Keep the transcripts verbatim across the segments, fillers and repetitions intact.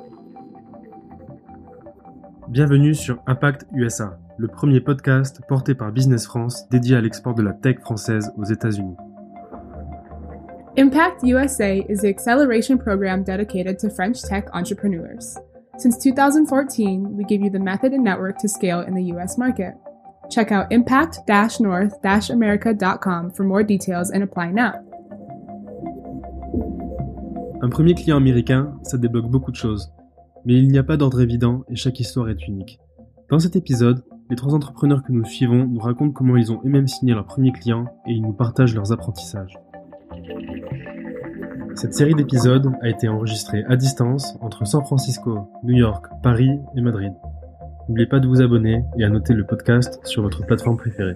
Bienvenue sur Impact U S A, le premier podcast porté par Business France dédié à l'export de la tech française aux États-Unis. Impact U S A is the acceleration program dedicated to French tech entrepreneurs. Since two thousand fourteen, we give you the method and network to scale in the U S market. Check out impact dash north dash america dot com for more details and apply now. Un premier client américain, ça débloque beaucoup de choses. Mais il n'y a pas d'ordre évident et chaque histoire est unique. Dans cet épisode, les trois entrepreneurs que nous suivons nous racontent comment ils ont eux-mêmes signé leur premier client et ils nous partagent leurs apprentissages. Cette série d'épisodes a été enregistrée à distance entre San Francisco, New York, Paris et Madrid. N'oubliez pas de vous abonner et à noter le podcast sur votre plateforme préférée.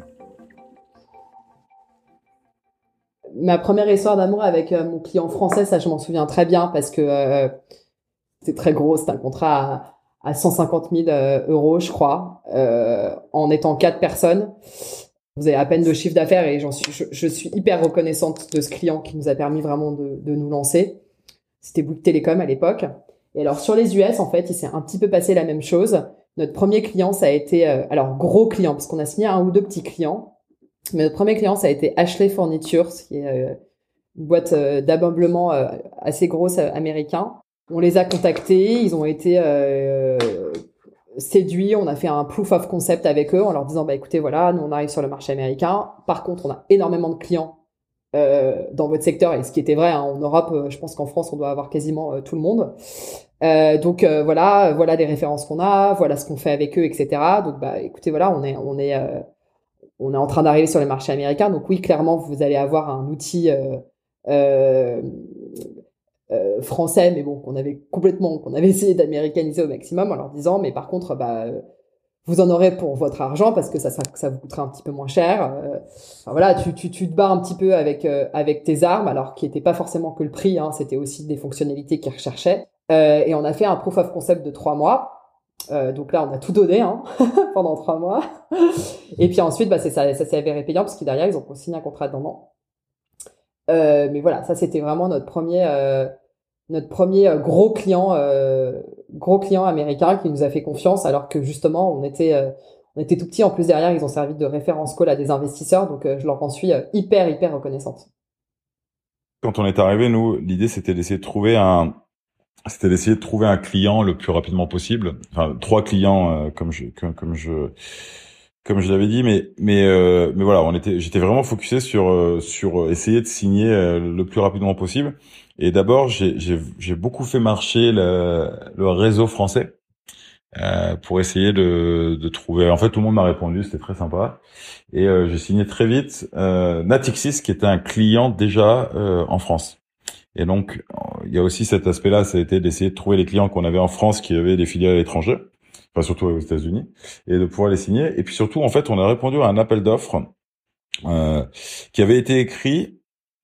Ma première histoire d'amour avec euh, mon client français, ça je m'en souviens très bien parce que euh, c'était très gros, c'était un contrat à, à cent cinquante mille euh, euros, je crois, euh, en étant quatre personnes. Vous avez à peine de chiffre d'affaires et j'en suis, je, je suis hyper reconnaissante de ce client qui nous a permis vraiment de, de nous lancer. C'était Bouygues Télécom à l'époque. Et alors sur les U S, en fait, il s'est un petit peu passé la même chose. Notre premier client, ça a été, euh, alors gros client, parce qu'on a signé un ou deux petits clients. Mais notre premier client, ça a été Ashley Furniture, qui est euh, une boîte euh, d'ameublement euh, assez grosse euh, américain. On les a contactés, ils ont été euh, séduits, on a fait un proof of concept avec eux en leur disant bah écoutez voilà, nous on arrive sur le marché américain. Par contre, on a énormément de clients euh, dans votre secteur et ce qui était vrai hein, en Europe, euh, je pense qu'en France on doit avoir quasiment euh, tout le monde. Euh, donc euh, voilà, voilà les références qu'on a, voilà ce qu'on fait avec eux, et cetera. Donc bah écoutez voilà, on est on est euh, on est en train d'arriver sur les marchés américains. Donc oui, clairement vous allez avoir un outil euh, euh, Euh, français, mais bon, qu'on avait complètement, qu'on avait essayé d'américaniser au maximum en leur disant, mais par contre, bah, vous en aurez pour votre argent parce que ça, ça, ça vous coûtera un petit peu moins cher. Euh, enfin, voilà, tu, tu, tu te bats un petit peu avec, euh, avec tes armes, alors qui n'était pas forcément que le prix, hein, c'était aussi des fonctionnalités qu'ils recherchaient. Euh, et on a fait un proof of concept de trois mois. Euh, donc là, on a tout donné hein, pendant trois mois. Et puis ensuite, bah, c'est ça, ça s'est avéré payant parce que derrière, ils ont signé un contrat d'un an. Euh, mais voilà, ça c'était vraiment notre premier, euh, notre premier euh, gros client, euh, gros client américain qui nous a fait confiance, alors que justement on était, euh, on était tout petits. En plus derrière, ils ont servi de référence call à des investisseurs, donc euh, je leur en suis euh, hyper hyper reconnaissante. Quand on est arrivé, nous, l'idée c'était d'essayer de trouver un, c'était d'essayer de trouver un client le plus rapidement possible. Enfin, trois clients euh, comme je, comme, comme je. Comme je l'avais dit, mais mais euh, mais voilà, on était, j'étais vraiment focusé sur euh, sur essayer de signer euh, le plus rapidement possible. Et d'abord, j'ai j'ai j'ai beaucoup fait marcher le, le réseau français euh, pour essayer de de trouver. En fait, tout le monde m'a répondu, c'était très sympa. Et euh, j'ai signé très vite euh, Natixis, qui était un client déjà euh, en France. Et donc, il y a aussi cet aspect-là, ça a été d'essayer de trouver les clients qu'on avait en France qui avaient des filiales à l'étranger. Enfin, surtout aux États-Unis, et de pouvoir les signer. Et puis surtout, en fait, on a répondu à un appel d'offres euh, qui avait été écrit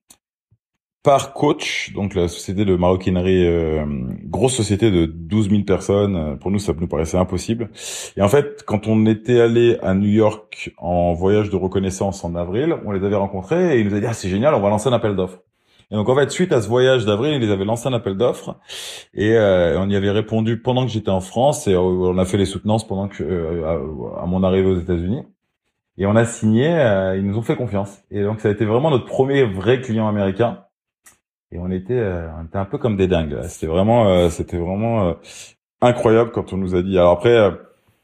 par Coach, donc la société de maroquinerie, euh, grosse société de douze mille personnes. Pour nous, ça nous paraissait impossible. Et en fait, quand on était allé à New York en voyage de reconnaissance en avril, on les avait rencontrés et ils nous avaient dit « Ah, c'est génial, on va lancer un appel d'offres ». Et donc en fait, suite à ce voyage d'avril, ils avaient lancé un appel d'offres et euh, on y avait répondu pendant que j'étais en France et on a fait les soutenances pendant que euh, à, à mon arrivée aux États-Unis et on a signé. Euh, ils nous ont fait confiance et donc ça a été vraiment notre premier vrai client américain et on était, euh, on était un peu comme des dingues. C'était vraiment, euh, c'était vraiment euh, incroyable quand on nous a dit. Alors après, euh,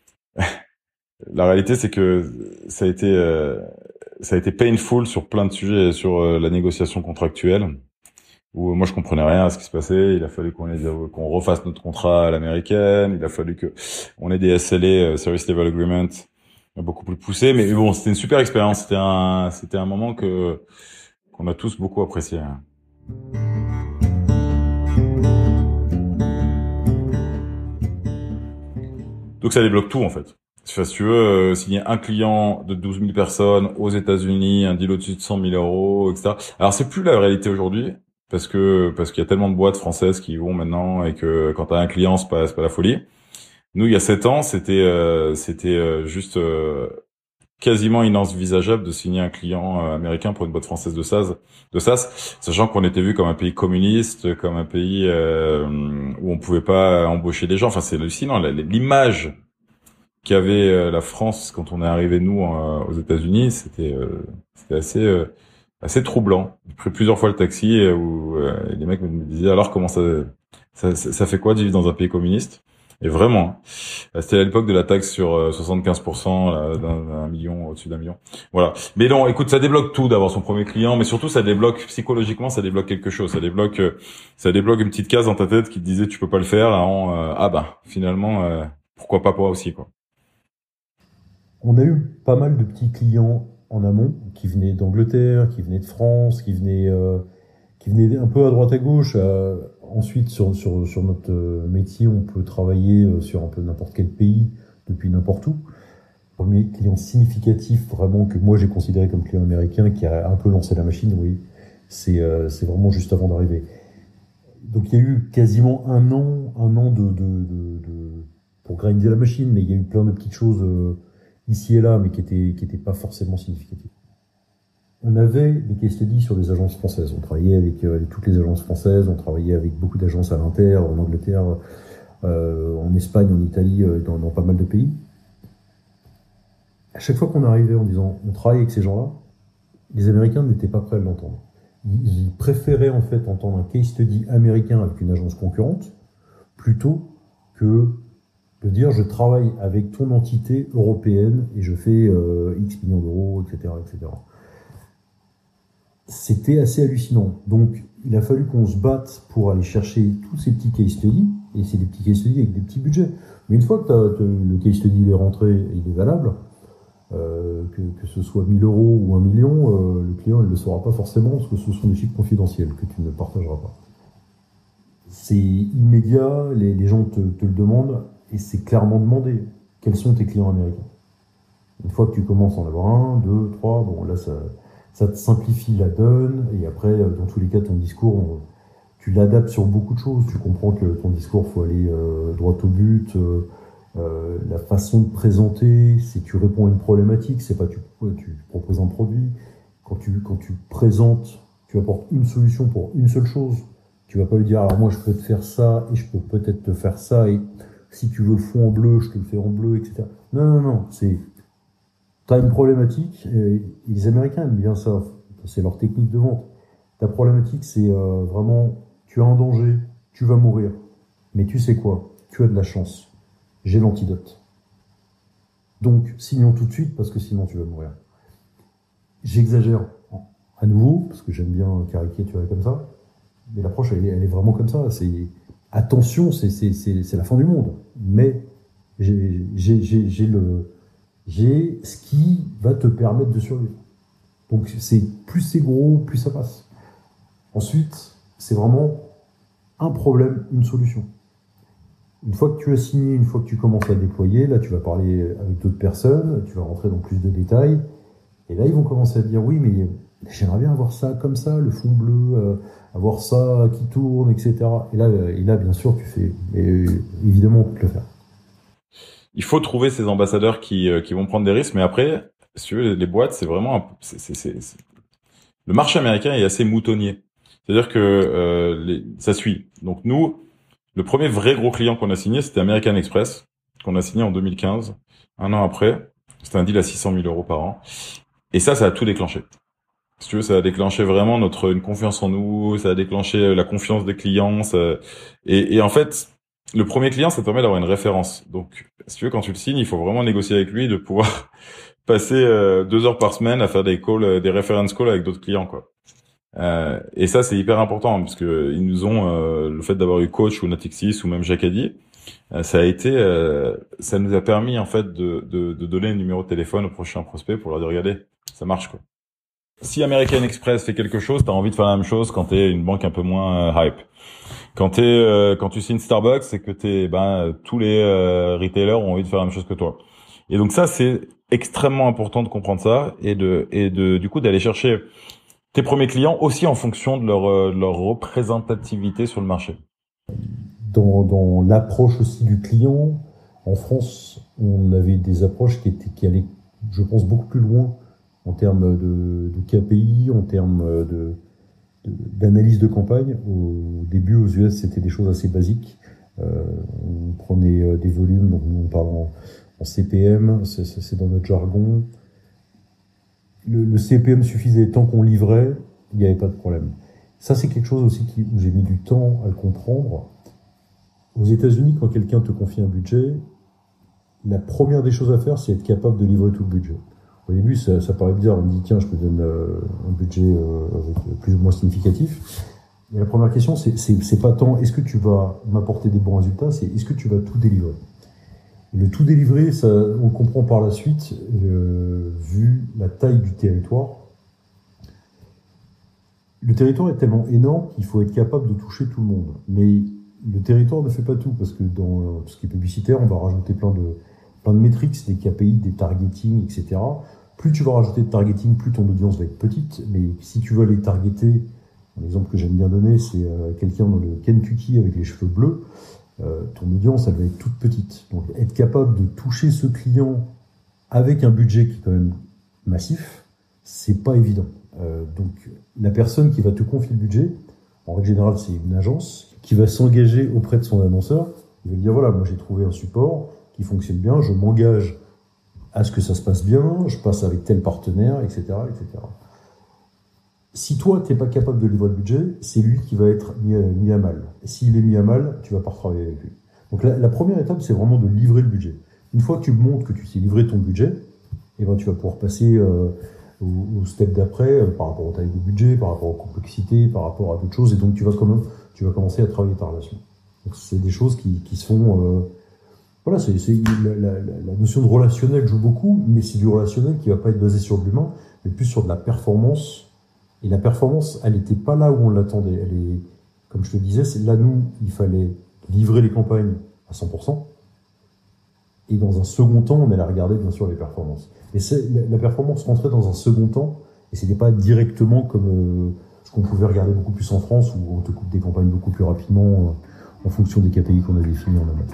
la réalité c'est que ça a été euh, ça a été painful sur plein de sujets, sur euh, la négociation contractuelle, où moi je comprenais rien à ce qui se passait. Il a fallu qu'on ait, qu'on refasse notre contrat à l'américaine. Il a fallu que on ait des S L A, euh, Service Level Agreement, beaucoup plus poussés. Mais bon, c'était une super expérience. C'était un, c'était un moment que qu'on a tous beaucoup apprécié. Donc ça débloque tout en fait. Si tu veux euh, signer un client de douze mille personnes aux États-Unis, un deal au-dessus de cent mille euros, et cetera. Alors c'est plus la réalité aujourd'hui parce que parce qu'il y a tellement de boîtes françaises qui y vont maintenant et que quand t'as un client c'est pas c'est pas la folie. Nous il y a sept ans c'était euh, c'était euh, juste euh, quasiment inenvisageable de signer un client euh, américain pour une boîte française de SaaS, de SaaS, sachant qu'on était vu comme un pays communiste, comme un pays euh, où on pouvait pas embaucher des gens. Enfin, c'est hallucinant. L'image qu'avait la France quand on est arrivé nous aux États-Unis, c'était euh, c'était assez euh, assez troublant. J'ai pris plusieurs fois le taxi où euh, les mecs me disaient alors comment ça, ça ça fait quoi de vivre dans un pays communiste? Et vraiment, c'était à l'époque de la taxe sur soixante-quinze pour cent d'un million, au-dessus d'un million. Voilà. Mais non, écoute, ça débloque tout d'avoir son premier client, mais surtout ça débloque psychologiquement, ça débloque quelque chose. Ça débloque, ça débloque une petite case dans ta tête qui te disait tu peux pas le faire. Là, on, euh, ah bah finalement, euh, pourquoi pas moi aussi quoi. On a eu pas mal de petits clients en amont qui venaient d'Angleterre, qui venaient de France, qui venaient, euh, qui venaient un peu à droite à gauche. Euh, Ensuite, sur, sur, sur notre métier, on peut travailler sur un peu n'importe quel pays, depuis n'importe où. Premier client significatif, vraiment, que moi j'ai considéré comme client américain, qui a un peu lancé la machine, oui, c'est euh, c'est vraiment juste avant d'arriver. Donc il y a eu quasiment un an, un an de, de, de, de pour grinder la machine, mais il y a eu plein de petites choses euh, ici et là, mais qui étaient, qui étaient pas forcément significatives. On avait des case studies sur les agences françaises. On travaillait avec, euh, avec toutes les agences françaises, on travaillait avec beaucoup d'agences à l'inter, en Angleterre, euh, en Espagne, en Italie, euh, dans, dans pas mal de pays. À chaque fois qu'on arrivait en disant on travaille avec ces gens-là, les Américains n'étaient pas prêts à l'entendre. Ils, ils préféraient en fait entendre un case study américain avec une agence concurrente plutôt que de dire je travaille avec ton entité européenne et je fais euh, X millions d'euros, et cetera, et cetera. C'était assez hallucinant. Donc, il a fallu qu'on se batte pour aller chercher tous ces petits case studies, et c'est des petits case studies avec des petits budgets. Mais une fois que t'as, t'as, le case study il est rentré et il est valable, euh, que, que ce soit mille euros ou un million, euh, le client ne le saura pas forcément parce que ce sont des chiffres confidentiels que tu ne partageras pas. C'est immédiat, les, les gens te, te le demandent, et c'est clairement demandé. Quels sont tes clients américains? Une fois que tu commences à en avoir un, deux, trois, bon là ça... ça te simplifie la donne, et après, dans tous les cas, ton discours, on, tu l'adaptes sur beaucoup de choses. Tu comprends que ton discours, faut aller euh, droit au but, euh, euh, la façon de présenter, c'est tu réponds à une problématique, c'est pas tu, tu proposes un produit. Quand tu, quand tu présentes, tu apportes une solution pour une seule chose. Tu vas pas lui dire, alors moi, je peux te faire ça, et je peux peut-être te faire ça, et si tu veux le fond en bleu, je te le fais en bleu, et cetera. Non, non, non, c'est... T'as une problématique, et les Américains aiment bien ça, c'est leur technique de vente. Ta problématique, c'est euh, vraiment, tu as un danger, tu vas mourir. Mais tu sais quoi? Tu as de la chance. J'ai l'antidote. Donc, signons tout de suite, parce que sinon tu vas mourir. J'exagère à nouveau, parce que j'aime bien caricaturer comme ça, mais l'approche, elle est, elle est vraiment comme ça. C'est, attention, c'est, c'est, c'est, c'est la fin du monde. Mais j'ai, j'ai, j'ai, j'ai le... j'ai ce qui va te permettre de survivre. Donc c'est plus c'est gros, plus ça passe. Ensuite, c'est vraiment un problème, une solution. Une fois que tu as signé, une fois que tu commences à déployer, là tu vas parler avec d'autres personnes, tu vas rentrer dans plus de détails, et là ils vont commencer à te dire oui mais j'aimerais bien avoir ça comme ça, le fond bleu, euh, avoir ça qui tourne, et cetera. Et là, et là bien sûr tu fais, mais évidemment on peut le faire. Il faut trouver ces ambassadeurs qui euh, qui vont prendre des risques, mais après, si tu veux, les, les boîtes, c'est vraiment, un, c'est, c'est, c'est, c'est... le marché américain est assez moutonnier. C'est-à-dire que euh, les, ça suit. Donc nous, le premier vrai gros client qu'on a signé, c'était American Express, qu'on a signé en deux mille quinze. Un an après, c'était un deal à six cent mille euros par an. Et ça, ça a tout déclenché. Si tu veux, ça a déclenché vraiment notre une confiance en nous, ça a déclenché la confiance des clients. Ça... Et, et en fait, le premier client, ça te permet d'avoir une référence. Donc, si tu veux, quand tu le signes, il faut vraiment négocier avec lui de pouvoir passer euh, deux heures par semaine à faire des calls, euh, des reference calls avec d'autres clients, quoi. Euh, et ça, c'est hyper important parce que ils nous ont euh, le fait d'avoir eu Coach ou Natixis ou même Jacadi, euh, ça a été, euh, ça nous a permis en fait de, de, de donner un numéro de téléphone au prochain prospect pour leur dire regardez, ça marche quoi. Si American Express fait quelque chose, t'as envie de faire la même chose quand t'es une banque un peu moins euh, hype. Quand t'es, euh, quand tu signes Starbucks, c'est que t'es, ben tous les euh, retailers ont envie de faire la même chose que toi. Et donc ça, c'est extrêmement important de comprendre ça et de, et de, du coup, d'aller chercher tes premiers clients aussi en fonction de leur, euh, leur représentativité sur le marché. Dans, dans l'approche aussi du client, en France, on avait des approches qui étaient, qui allaient, je pense, beaucoup plus loin en termes de, de K P I, en termes de, de, d'analyse de campagne. Au début, aux U S, c'était des choses assez basiques. Euh, on prenait euh, des volumes, donc nous on parle en, en C P M, c'est, c'est dans notre jargon. Le, le C P M suffisait, tant qu'on livrait, il n'y avait pas de problème. Ça, c'est quelque chose aussi qui, où j'ai mis du temps à le comprendre. Aux États-Unis, quand quelqu'un te confie un budget, la première des choses à faire, c'est être capable de livrer tout le budget. Au début, ça, ça paraît bizarre. On me dit, tiens, je te donne euh, un budget euh, avec plus ou moins significatif. Mais la première question, c'est, c'est, c'est pas tant est-ce que tu vas m'apporter des bons résultats, c'est est-ce que tu vas tout délivrer. Et le tout délivrer, ça, on le comprend par la suite, euh, vu la taille du territoire. Le territoire est tellement énorme qu'il faut être capable de toucher tout le monde. Mais le territoire ne fait pas tout, parce que dans tout ce qui est publicitaire, on va rajouter plein de, plein de métriques, des K P I, des targeting, et cetera. Plus tu vas rajouter de targeting, plus ton audience va être petite. Mais si tu veux les targeter, un exemple que j'aime bien donner, c'est euh, quelqu'un dans le Kentucky avec les cheveux bleus. Euh, ton audience, elle va être toute petite. Donc, être capable de toucher ce client avec un budget qui est quand même massif, c'est pas évident. Euh, donc, la personne qui va te confier le budget, en règle générale, c'est une agence qui va s'engager auprès de son annonceur. Il va lui dire, voilà, moi j'ai trouvé un support qui fonctionne bien, je m'engage à ce que ça se passe bien, je passe avec tel partenaire, et cetera, et cetera. Si toi, tu n'es pas capable de livrer le budget, c'est lui qui va être mis à, mis à mal. Et s'il est mis à mal, tu vas pas retravailler avec lui. Donc la, la première étape, c'est vraiment de livrer le budget. Une fois que tu montres que tu sais livrer ton budget, eh ben, tu vas pouvoir passer euh, au, au step d'après euh, par rapport au taille du budget, par rapport aux complexités, par rapport à d'autres choses. Et donc tu vas, quand même, tu vas commencer à travailler ta relation. Donc c'est des choses qui, qui se font... Euh, voilà, c'est, c'est la, la, la notion de relationnel joue beaucoup, mais c'est du relationnel qui va pas être basé sur de l'humain, mais plus sur de la performance. Et la performance, elle n'était pas là où on l'attendait. Elle est, comme je te disais, c'est là, nous, il fallait livrer les campagnes à cent pour cent. Et dans un second temps, on allait regarder, bien sûr, les performances. Et c'est, la, la performance rentrait dans un second temps, et c'était pas directement comme euh, ce qu'on pouvait regarder beaucoup plus en France, où on te coupe des campagnes beaucoup plus rapidement euh, en fonction des K P I qu'on a définis en amont.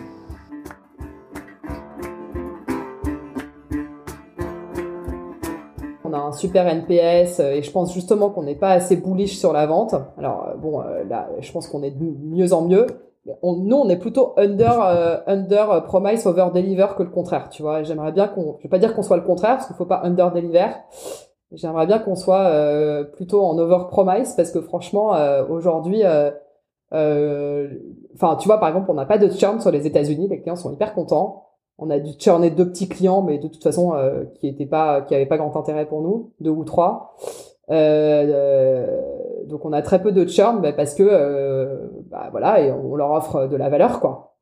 On a un super N P S et je pense justement qu'on n'est pas assez bullish sur la vente. Alors bon, là, je pense qu'on est de mieux en mieux. On, nous, on est plutôt under, euh, under promise, over deliver que le contraire. Tu vois, j'aimerais bien qu'on, je vais pas dire qu'on soit le contraire parce qu'il faut pas under deliver. J'aimerais bien qu'on soit euh, plutôt en over promise parce que franchement, euh, aujourd'hui, euh, euh, enfin, tu vois, par exemple, on n'a pas de churn sur les États-Unis. Les clients sont hyper contents. On a dû churner deux petits clients, mais de toute façon, euh, qui étaient pas, qui avaient pas grand intérêt pour nous, deux ou trois. Euh, euh, donc on a très peu de churn, bah, parce que, euh, bah voilà, et on leur offre de la valeur, quoi.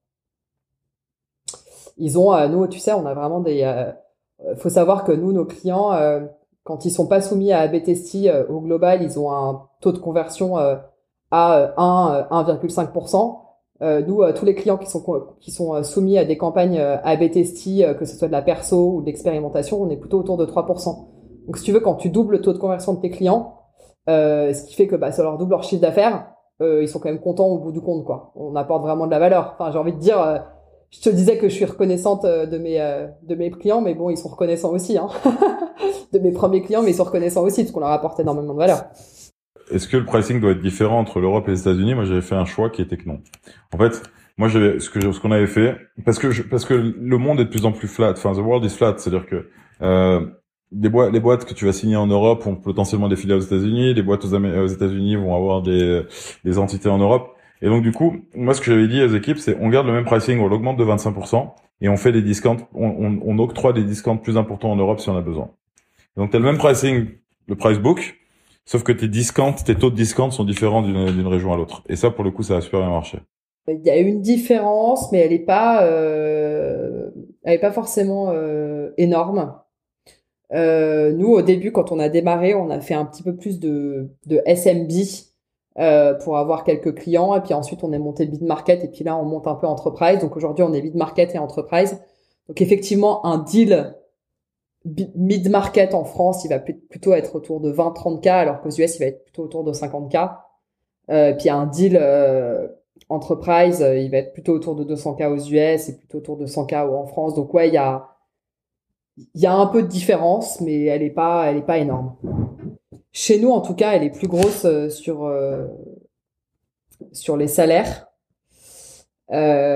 Ils ont, euh, nous, tu sais, on a vraiment des. Euh, faut savoir que nous, nos clients, euh, quand ils sont pas soumis à A B testing euh, au global, ils ont un taux de conversion euh, à un, un virgule cinq pour cent. Euh, nous, euh, tous les clients qui sont qui sont euh, soumis à des campagnes euh, A B testing, euh, que ce soit de la perso ou de l'expérimentation, on est plutôt autour de trois pour cent. Donc, si tu veux, quand tu doubles le taux de conversion de tes clients, euh, ce qui fait que bah, ça leur double leur chiffre d'affaires, euh, ils sont quand même contents au bout du compte, quoi. On apporte vraiment de la valeur. Enfin, j'ai envie de dire, euh, je te disais que je suis reconnaissante de mes euh, de mes clients, mais bon, ils sont reconnaissants aussi, hein. De mes premiers clients, mais ils sont reconnaissants aussi parce qu'on leur apporte énormément de valeur. Est-ce que le pricing doit être différent entre l'Europe et les États-Unis? Moi, j'avais fait un choix qui était que non. En fait, moi, j'avais ce que ce qu'on avait fait parce que je, parce que le monde est de plus en plus flat. Enfin, the world is flat, c'est-à-dire que euh, les boîtes les boîtes que tu vas signer en Europe ont potentiellement des filiales aux États-Unis, les boîtes aux, Amé- aux États-Unis vont avoir des des entités en Europe. Et donc du coup, moi, ce que j'avais dit aux équipes, c'est on garde le même pricing, on l'augmente de vingt-cinq pour cent et on fait des discounts, on, on, on octroie des discounts plus importants en Europe si on a besoin. Donc t'as le même pricing, le price book. Sauf que tes discounts, tes taux de discount sont différents d'une, d'une région à l'autre. Et ça, pour le coup, ça a super bien marché. Il y a une différence, mais elle est pas, euh, elle est pas forcément euh, énorme. Euh, nous, au début, quand on a démarré, on a fait un petit peu plus de, de S M B euh, pour avoir quelques clients. Et puis ensuite, on est monté mid-market. Et puis là, on monte un peu enterprise. Donc aujourd'hui, on est mid-market et enterprise. Donc effectivement, un deal mid-market en France, il va plutôt être autour de vingt à trente K, alors qu'aux U S, il va être plutôt autour de cinquante K. Euh, puis un deal euh, enterprise, euh, il va être plutôt autour de deux cents K aux U S et plutôt autour de cent K en France. Donc ouais, il y a il y a un peu de différence, mais elle est pas elle est pas énorme. Chez nous, en tout cas, elle est plus grosse euh, sur euh, sur les salaires. Euh,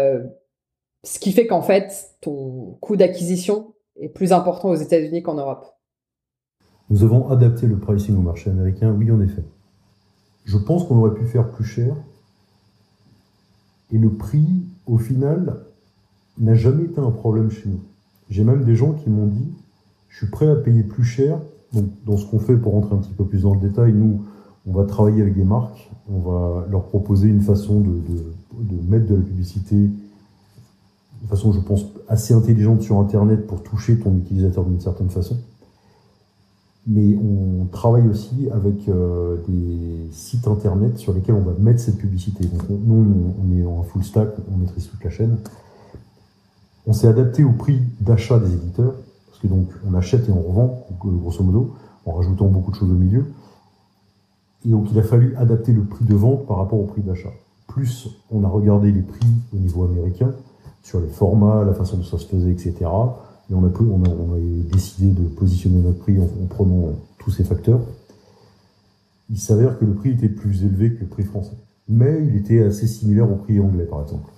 Euh, ce qui fait qu'en fait, ton coût d'acquisition est plus important aux États-Unis qu'en Europe. Nous avons adapté le pricing au marché américain, oui, en effet. Je pense qu'on aurait pu faire plus cher. Et le prix, au final, n'a jamais été un problème chez nous. J'ai même des gens qui m'ont dit, je suis prêt à payer plus cher. Donc, dans ce qu'on fait, pour rentrer un petit peu plus dans le détail, nous, on va travailler avec des marques, on va leur proposer une façon de, de, de mettre de la publicité de façon, je pense, assez intelligente sur Internet pour toucher ton utilisateur d'une certaine façon. Mais on travaille aussi avec euh, des sites Internet sur lesquels on va mettre cette publicité. Donc, on, nous, on est en full stack, on maîtrise toute la chaîne. On s'est adapté au prix d'achat des éditeurs, parce que donc on achète et on revend, grosso modo, en rajoutant beaucoup de choses au milieu. Et donc il a fallu adapter le prix de vente par rapport au prix d'achat. Plus on a regardé les prix au niveau américain, sur les formats, la façon dont ça se faisait, et cetera. Et on a, on a, on a décidé de positionner notre prix en, en prenant tous ces facteurs. Il s'avère que le prix était plus élevé que le prix français. Mais il était assez similaire au prix anglais, par exemple.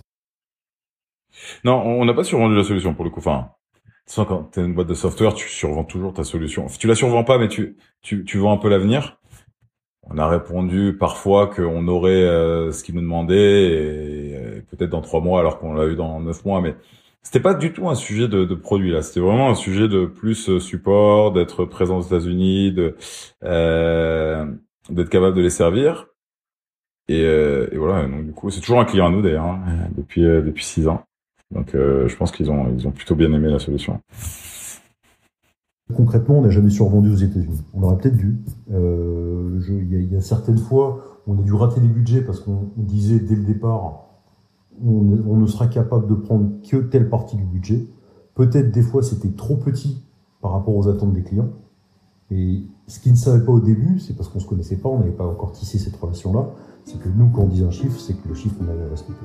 Non, on n'a pas survendu la solution pour le coup. Enfin, quand tu es une boîte de software, tu survends toujours ta solution. Tu la survends pas, mais tu, tu, tu vends un peu l'avenir. On a répondu parfois qu'on aurait euh, ce qu'ils nous demandaient, et, et peut-être dans trois mois, alors qu'on l'a eu dans neuf mois. Mais c'était pas du tout un sujet de, de produit là. C'était vraiment un sujet de plus support, d'être présent aux États-Unis, de euh, d'être capable de les servir. Et, euh, et voilà. Donc du coup, c'est toujours un client à nous d'ailleurs, hein, depuis euh, depuis six ans. Donc, euh, je pense qu'ils ont, ils ont plutôt bien aimé la solution. Concrètement, on n'a jamais survendu aux États-Unis. On aurait peut-être dû. Euh, je, il y a, il y a certaines fois, on a dû rater des budgets parce qu'on on disait dès le départ, on, on ne sera capable de prendre que telle partie du budget. Peut-être des fois, c'était trop petit par rapport aux attentes des clients. Et ce qu'ils ne savaient pas au début, c'est parce qu'on se connaissait pas, on n'avait pas encore tissé cette relation-là. C'est que nous, quand on dit un chiffre, c'est que le chiffre, on allait le respecter.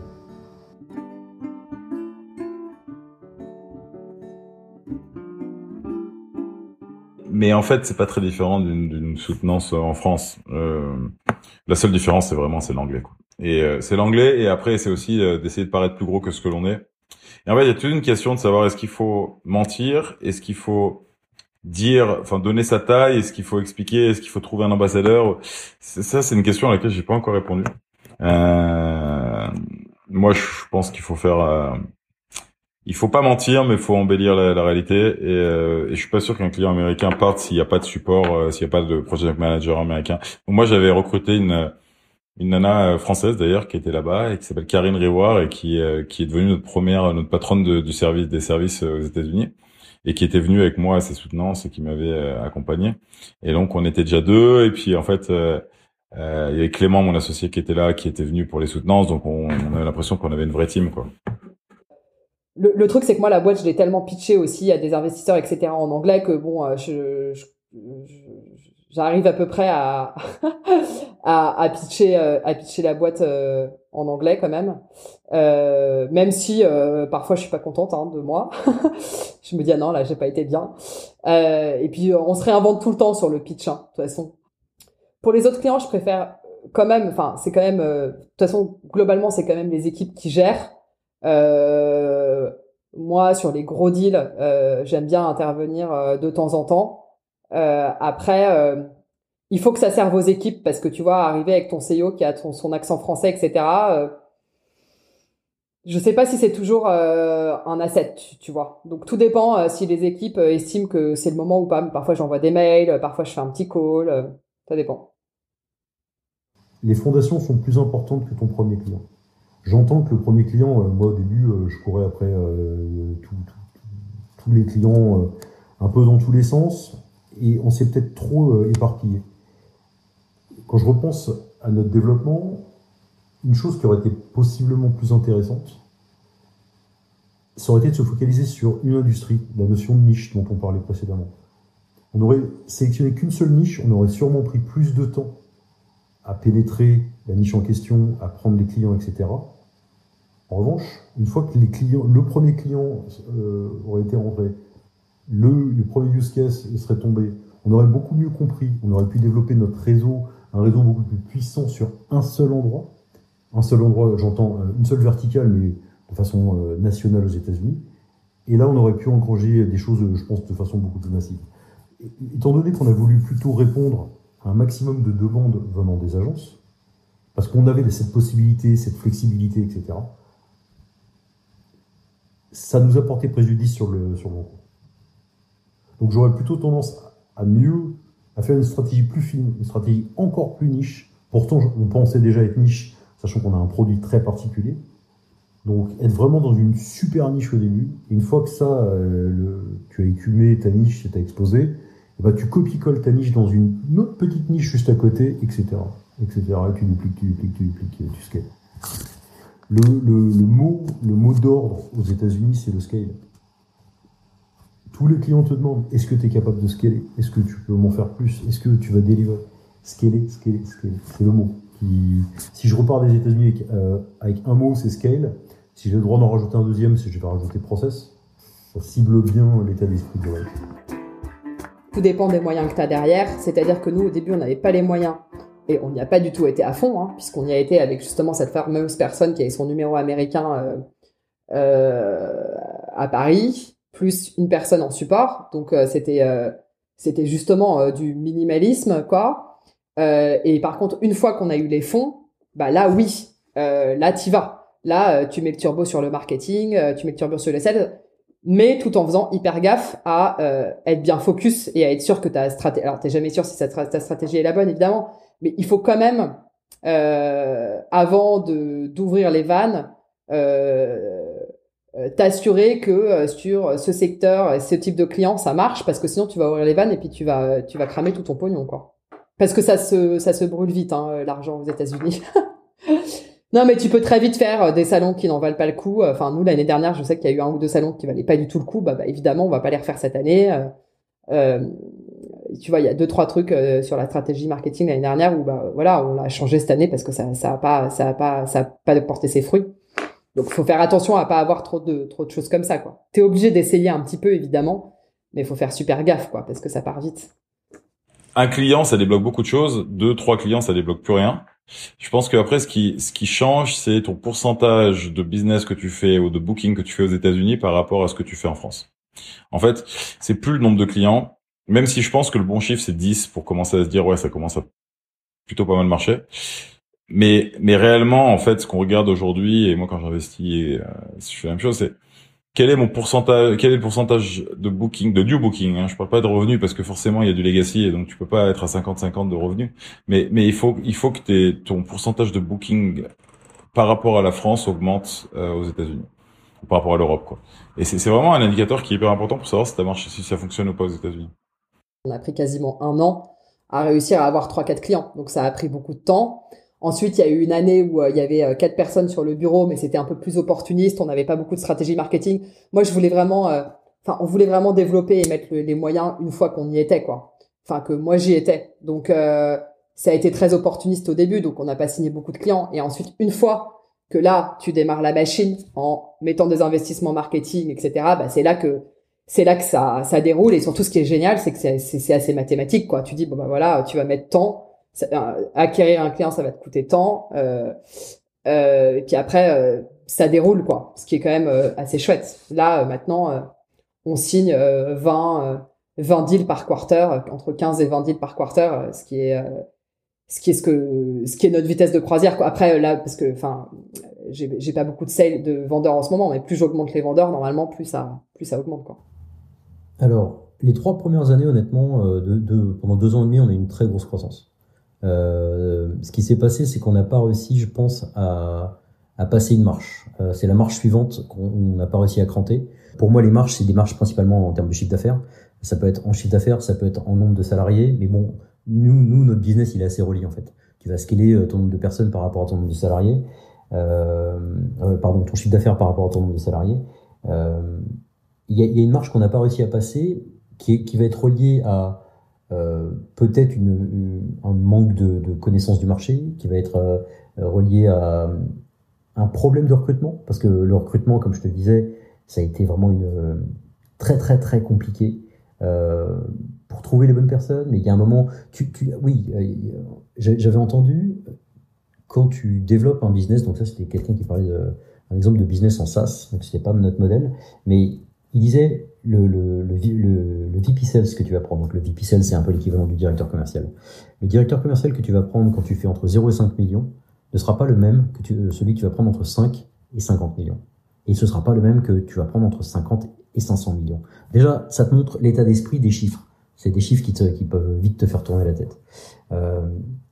Mais en fait, c'est pas très différent d'une, d'une soutenance en France. Euh, la seule différence, c'est vraiment c'est l'anglais, quoi. Et euh, c'est l'anglais, et après, c'est aussi euh, d'essayer de paraître plus gros que ce que l'on est. Et en fait, il y a toute une question de savoir est-ce qu'il faut mentir, est-ce qu'il faut dire, enfin donner sa taille, est-ce qu'il faut expliquer, est-ce qu'il faut trouver un ambassadeur. C'est, ça, c'est une question à laquelle j'ai pas encore répondu. Euh, moi, je pense qu'il faut faire. Euh, Il faut pas mentir, mais il faut embellir la, la réalité. Et, euh, et je suis pas sûr qu'un client américain parte s'il y a pas de support, euh, s'il y a pas de project manager américain. Donc moi, j'avais recruté une une nana française d'ailleurs qui était là-bas et qui s'appelle Karine Rivoire et qui euh, qui est devenue notre première notre patronne de, du service des services aux États-Unis et qui était venue avec moi à ses soutenances et qui m'avait euh, accompagné. Et donc on était déjà deux. Et puis en fait. Euh, euh, il y avait Clément, mon associé, qui était là, qui était venu pour les soutenances. Donc on, on avait l'impression qu'on avait une vraie team, quoi. Le, le truc, c'est que moi, la boîte, je l'ai tellement pitché aussi à des investisseurs, et cetera, en anglais que bon, je, je, je, j'arrive à peu près à à, à pitcher euh, à pitcher la boîte euh, en anglais quand même. Euh, même si euh, parfois je suis pas contente hein, de moi. Je me dis ah non là j'ai pas été bien. Euh, et puis on se réinvente tout le temps sur le pitch. Hein, de toute façon. Pour les autres clients, je préfère quand même. Enfin, c'est quand même. Euh, de toute façon, globalement, c'est quand même les équipes qui gèrent. Euh, moi, sur les gros deals, euh, j'aime bien intervenir euh, de temps en temps. Euh, après, euh, il faut que ça serve aux équipes parce que tu vois, arriver avec ton C E O qui a ton, son accent français, et cetera. Euh, je sais pas si c'est toujours euh, un asset, tu, tu vois. Donc tout dépend euh, si les équipes euh, estiment que c'est le moment ou pas. Parfois, j'envoie des mails, parfois je fais un petit call. Euh, ça dépend. Les fondations sont plus importantes que ton premier client. J'entends que le premier client, euh, moi au début, euh, je courais après euh, tout, tout, tous les clients euh, un peu dans tous les sens et on s'est peut-être trop euh, éparpillé. Quand je repense à notre développement, une chose qui aurait été possiblement plus intéressante, ça aurait été de se focaliser sur une industrie, la notion de niche dont on parlait précédemment. On aurait sélectionné qu'une seule niche, on aurait sûrement pris plus de temps à pénétrer la niche en question, à prendre les clients, et cetera. En revanche, une fois que les clients, le premier client euh, aurait été rentré, le, le premier use case serait tombé, on aurait beaucoup mieux compris, on aurait pu développer notre réseau, un réseau beaucoup plus puissant sur un seul endroit. Un seul endroit, j'entends une seule verticale, mais de de façon euh, nationale aux États-Unis. Et là, on aurait pu engranger des choses, je pense, de façon beaucoup plus massive. Et, étant donné qu'on a voulu plutôt répondre à un maximum de demandes venant des agences, parce qu'on avait cette possibilité, cette flexibilité, et cetera, ça nous a porté préjudice sur le, sur le long cours. Donc j'aurais plutôt tendance à mieux, à faire une stratégie plus fine, une stratégie encore plus niche. Pourtant, on pensait déjà être niche, sachant qu'on a un produit très particulier. Donc être vraiment dans une super niche au début. Et une fois que ça, euh, le, tu as écumé ta niche et t'as exposé, et ben tu copies-colles ta niche dans une autre petite niche juste à côté, et cetera, et cetera. Et tu dupliques, tu dupliques, tu dupliques, tu scales. Le, le, le mot, le mot d'ordre aux États-Unis, c'est le scale. Tous les clients te demandent, est-ce que tu es capable de scaler? Est-ce que tu peux m'en faire plus? Est-ce que tu vas délivrer? Scaler, scaler, scaler. C'est le mot. Qui, si je repars des États-Unis avec, euh, avec un mot, c'est scale. Si j'ai le droit d'en rajouter un deuxième, c'est que je vais rajouter process. Ça cible bien l'état d'esprit de l'oreille. Tout dépend des moyens que tu as derrière. C'est-à-dire que nous, au début, on n'avait pas les moyens. Et on n'y a pas du tout été à fond, hein, puisqu'on y a été avec justement cette fameuse personne qui avait son numéro américain euh, euh, à Paris, plus une personne en support. Donc euh, c'était euh, c'était justement euh, du minimalisme, quoi. Euh, et par contre, une fois qu'on a eu les fonds, bah là oui, euh, là t'y vas. Là, euh, tu mets le turbo sur le marketing, euh, tu mets le turbo sur le sales, mais tout en faisant hyper gaffe à euh, être bien focus et à être sûr que ta stratégie. Alors t'es jamais sûr si ta stratégie est la bonne, évidemment. Mais il faut quand même, euh, avant de d'ouvrir les vannes, euh, euh, t'assurer que euh, sur ce secteur, ce type de client, ça marche, parce que sinon tu vas ouvrir les vannes et puis tu vas tu vas cramer tout ton pognon, quoi. Parce que ça se ça se brûle vite, hein, l'argent aux États-Unis. Non, mais tu peux très vite faire des salons qui n'en valent pas le coup. Enfin, nous l'année dernière, je sais qu'il y a eu un ou deux salons qui valaient pas du tout le coup. Bah, bah évidemment, on va pas les refaire cette année. Euh, euh, tu vois, il y a deux trois trucs euh, sur la stratégie marketing l'année dernière où bah voilà, on l'a changé cette année parce que ça ça a pas ça a pas ça a pas porté ses fruits. Donc faut faire attention à pas avoir trop de trop de choses comme ça, quoi. T'es obligé d'essayer un petit peu évidemment, mais faut faire super gaffe, quoi, parce que ça part vite. Un client, ça débloque beaucoup de choses. Deux, trois clients, ça débloque plus rien. Je pense qu'après, ce qui ce qui change, c'est ton pourcentage de business que tu fais ou de booking que tu fais aux États-Unis par rapport à ce que tu fais en France. En fait, c'est plus le nombre de clients. Même si je pense que le bon chiffre, c'est dix pour commencer à se dire, ouais, ça commence à plutôt pas mal marcher. Mais, mais réellement, en fait, ce qu'on regarde aujourd'hui, et moi, quand j'investis, euh, je fais la même chose, c'est quel est mon pourcentage, quel est le pourcentage de booking, de new booking, hein, je parle pas de revenus parce que forcément, il y a du legacy et donc tu peux pas être à cinquante cinquante de revenus. Mais, mais il faut, il faut que t'aies, ton pourcentage de booking par rapport à la France augmente, euh, aux États-Unis. Par rapport à l'Europe, quoi. Et c'est, c'est vraiment un indicateur qui est hyper important pour savoir si ça marche, si ça fonctionne ou pas aux États-Unis. On a pris quasiment un an à réussir à avoir trois quatre clients. Donc, ça a pris beaucoup de temps. Ensuite, il y a eu une année où euh, il y avait euh, quatre personnes sur le bureau, mais c'était un peu plus opportuniste. On n'avait pas beaucoup de stratégie marketing. Moi, je voulais vraiment, euh, enfin, on voulait vraiment développer et mettre le, les moyens une fois qu'on y était, quoi. Enfin, que moi, j'y étais. Donc, euh, ça a été très opportuniste au début. Donc, on n'a pas signé beaucoup de clients. Et ensuite, une fois que là, tu démarres la machine en mettant des investissements marketing, et cetera, bah, c'est là que c'est là que ça, ça déroule. Et surtout, ce qui est génial, c'est que c'est, c'est, c'est assez mathématique, quoi. Tu dis, bon, bah voilà, tu vas mettre tant, ça, euh, acquérir un client, ça va te coûter tant, euh, euh, et puis après, euh, ça déroule, quoi. Ce qui est quand même euh, assez chouette. Là, euh, maintenant, euh, on signe euh, vingt, euh, vingt deals par quarter, euh, entre quinze et vingt deals par quarter, euh, ce qui est, euh, ce qui est ce que, ce qui est notre vitesse de croisière, quoi. Après, là, parce que, enfin, j'ai, j'ai pas beaucoup de sales, de vendeurs en ce moment, mais plus j'augmente les vendeurs, normalement, plus ça, plus ça augmente, quoi. Alors, les trois premières années, honnêtement, euh, de, de, pendant deux ans et demi, on a eu une très grosse croissance. Euh, ce qui s'est passé, c'est qu'on n'a pas réussi, je pense, à, à passer une marche. Euh, c'est la marche suivante qu'on n'a pas réussi à cranter. Pour moi, les marches, c'est des marches principalement en termes de chiffre d'affaires. Ça peut être en chiffre d'affaires, ça peut être en nombre de salariés, mais bon, nous, nous, notre business, il est assez relié en fait. Tu vas scaler ton nombre de personnes par rapport à ton nombre de salariés, euh, euh, pardon, ton chiffre d'affaires par rapport à ton nombre de salariés. Euh, il y a, il y a une marche qu'on n'a pas réussi à passer, qui, est, qui va être reliée à euh, peut-être une, une, un manque de, de connaissance du marché, qui va être euh, relié à un problème de recrutement, parce que le recrutement, comme je te le disais, ça a été vraiment une très très très compliqué. Euh, pour trouver les bonnes personnes, mais il y a un moment, tu, tu, oui, euh, j'avais entendu quand tu développes un business, donc ça c'était quelqu'un qui parlait de, un exemple de business en SaaS, donc c'était pas notre modèle, mais il disait le, le, le, le, le V P Sales que tu vas prendre, donc le V P Sales c'est un peu l'équivalent du directeur commercial. Le directeur commercial que tu vas prendre quand tu fais entre zéro et cinq millions ne sera pas le même que tu, celui que tu vas prendre entre cinq et cinquante millions. Et ce sera pas le même que tu vas prendre entre cinquante et cinq cents millions. Déjà, ça te montre l'état d'esprit des chiffres. C'est des chiffres qui, te, qui peuvent vite te faire tourner la tête. Euh,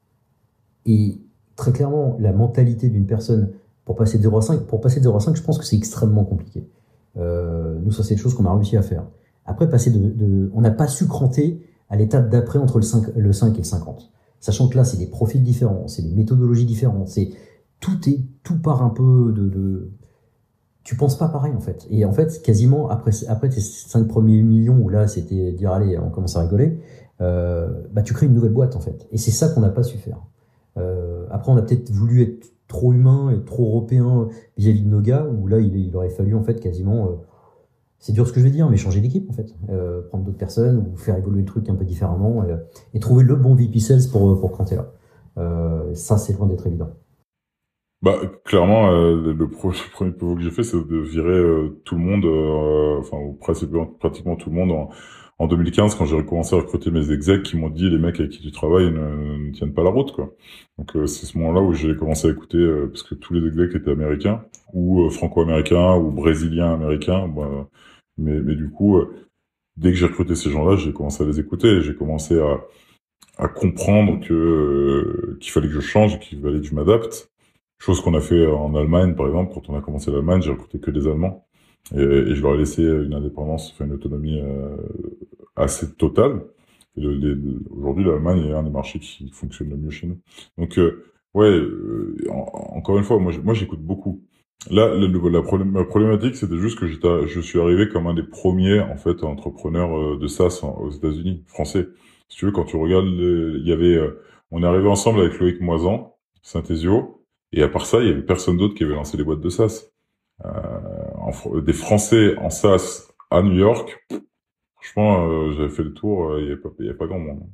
et très clairement, la mentalité d'une personne pour passer de zéro à cinq, pour passer de zéro à cinq, je pense que c'est extrêmement compliqué. Euh, nous, ça, c'est des choses qu'on a réussi à faire. Après, passer de, de on n'a pas su cranter à l'étape d'après entre le cinq, le cinq et le cinquante. Sachant que là, c'est des profils différents, c'est des méthodologies différentes, c'est, tout est, tout part un peu de, de, tu penses pas pareil, en fait. Et en fait, quasiment, après, après tes cinq premiers millions, où là, c'était dire, allez, on commence à rigoler, euh, bah, tu crées une nouvelle boîte, en fait. Et c'est ça qu'on n'a pas su faire. Euh, après, on a peut-être voulu être trop humain et trop européen vis-à-vis de nos gars, où là, il, il aurait fallu, en fait, quasiment, euh, c'est dur ce que je veux dire, mais changer d'équipe, en fait. Euh, prendre d'autres personnes, ou faire évoluer le truc un peu différemment, et, et trouver le bon V P Sales pour, pour cranter là. Euh, ça, c'est loin d'être évident. Bah clairement, euh, le, pro- le premier pivot que j'ai fait, c'est de virer euh, tout le monde, euh, enfin ou pratiquement, pratiquement tout le monde en, en deux mille quinze quand j'ai recommencé à recruter mes execs qui m'ont dit les mecs avec qui tu travailles ne, ne tiennent pas la route quoi. Donc euh, c'est ce moment-là où j'ai commencé à écouter euh, parce que tous les execs étaient américains ou euh, franco-américains ou brésiliens américains. Bah, mais mais du coup, euh, dès que j'ai recruté ces gens-là, j'ai commencé à les écouter et j'ai commencé à à comprendre que euh, qu'il fallait que je change, qu'il fallait que je m'adapte. Chose qu'on a fait en Allemagne, par exemple, quand on a commencé l'Allemagne, j'ai recruté que des Allemands et, et je leur ai laissé une indépendance, enfin une autonomie euh, assez totale. Et le, les, aujourd'hui, l'Allemagne est un des marchés qui fonctionne le mieux chez nous. Donc, euh, ouais, euh, en, encore une fois, moi, moi, j'écoute beaucoup. Là, le, le, la, problém- la problématique, c'était juste que j'étais, je suis arrivé comme un des premiers en fait entrepreneurs de SaaS aux États-Unis, français. Si tu veux, quand tu regardes, il y avait, euh, on est arrivé ensemble avec Loïc Moisan, Synthesio. Et à part ça, il y avait personne d'autre qui avait lancé les boîtes de SaaS. Euh, en, des Français en SaaS à New York, franchement, euh, j'avais fait le tour, euh, il n'y avait pas, il y avait pas grand monde.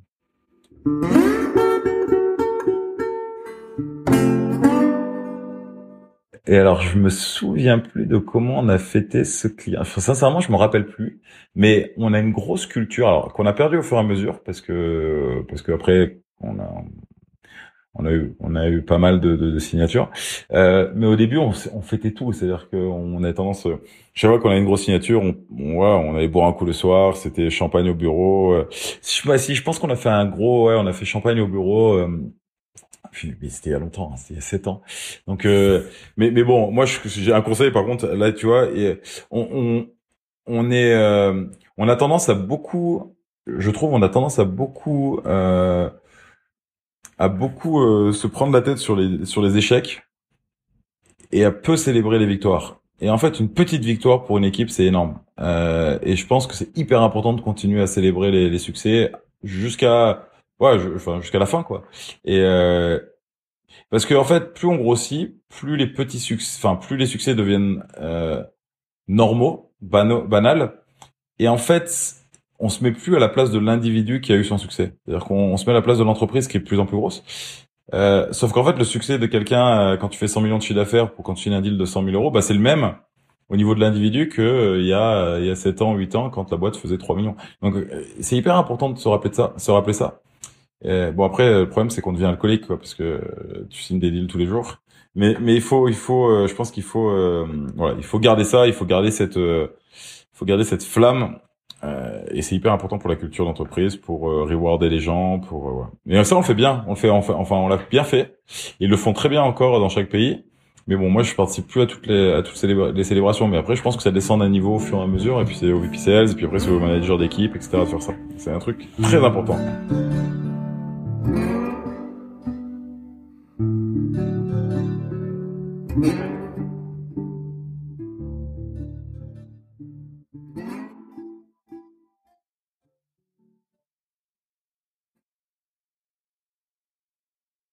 Et alors, je me souviens plus de comment on a fêté ce client. Enfin, sincèrement, je me rappelle plus. Mais on a une grosse culture, alors qu'on a perdu au fur et à mesure, parce que parce que après, on a On a eu, on a eu pas mal de, de, de signatures, euh, mais au début on, on fêtait tout, c'est-à-dire qu'on a tendance, chaque fois qu'on a une grosse signature, on, on, ouais, on allait boire un coup le soir, c'était champagne au bureau. Euh, si, je, si je pense qu'on a fait un gros, ouais, on a fait champagne au bureau. Euh, puis, mais c'était il y a longtemps, hein, c'était il y a sept ans. Donc, euh, mais mais bon, moi je, j'ai un conseil par contre, là tu vois, et on on, on est, euh, on a tendance à beaucoup, je trouve, on a tendance à beaucoup. Euh, à beaucoup euh, se prendre la tête sur les sur les échecs et à peu célébrer les victoires. Et en fait, une petite victoire pour une équipe, c'est énorme. Euh, et je pense que c'est hyper important de continuer à célébrer les, les succès jusqu'à ouais, je, enfin jusqu'à la fin quoi. Et euh, parce que en fait, plus on grossit, plus les petits succès, enfin plus les succès deviennent euh, normaux, bano, banals. Et en fait, on se met plus à la place de l'individu qui a eu son succès. C'est-à-dire qu'on on se met à la place de l'entreprise qui est de plus en plus grosse. Euh, sauf qu'en fait, le succès de quelqu'un, euh, quand tu fais cent millions de chiffre d'affaires pour quand tu signes un deal de cent mille euros, bah, c'est le même au niveau de l'individu que euh, il y a il y a sept ans, huit ans, quand la boîte faisait trois millions. Donc, euh, c'est hyper important de se rappeler de ça, se rappeler ça. Et, bon, après, le problème, c'est qu'on devient alcoolique, quoi, parce que euh, tu signes des deals tous les jours. Mais, mais il faut, il faut, euh, je pense qu'il faut, euh, voilà, il faut garder ça, il faut garder cette, euh, il faut garder cette flamme. Euh, et c'est hyper important pour la culture d'entreprise, pour euh, rewarder les gens, pour euh, ouais. Et ça on le fait bien, on le fait enfin, enfin on l'a bien fait. Ils le font très bien encore dans chaque pays. Mais bon, moi je participe plus à toutes les à toutes célébra- les célébrations, mais après je pense que ça descend d'un niveau au fur et à mesure, et puis c'est au V P Sales, et puis après c'est au manager d'équipe, et cetera de faire ça. C'est un truc très important.